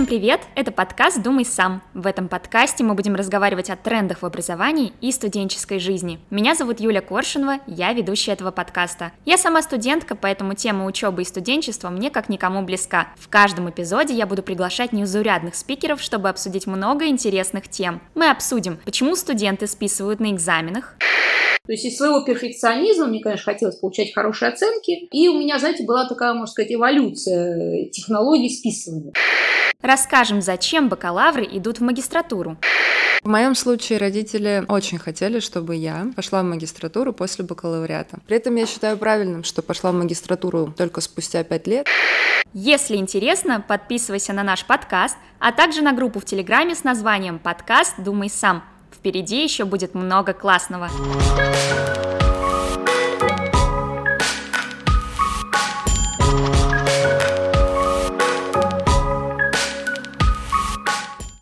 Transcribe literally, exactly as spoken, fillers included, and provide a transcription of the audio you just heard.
привет! Это подкаст «Думай сам». В этом подкасте мы будем разговаривать о трендах в образовании и студенческой жизни. Меня зовут Юля Коршунова, я ведущая этого подкаста. Я сама студентка, поэтому тема учебы и студенчества мне как никому близка. В каждом эпизоде я буду приглашать незаурядных спикеров, чтобы обсудить много интересных тем. Мы обсудим, почему студенты списывают на экзаменах. То есть из своего перфекционизма мне, конечно, хотелось получать хорошие оценки. И у меня, знаете, была такая, можно сказать, эволюция технологий списывания. Расскажем, зачем бакалавры идут в магистратуру. В моем случае родители очень хотели, чтобы я пошла в магистратуру после бакалавриата. При этом я считаю правильным, что пошла в магистратуру только спустя пять лет. Если интересно, подписывайся на наш подкаст, а также на группу в Телеграме с названием «Подкаст Думай сам». Впереди еще будет много классного.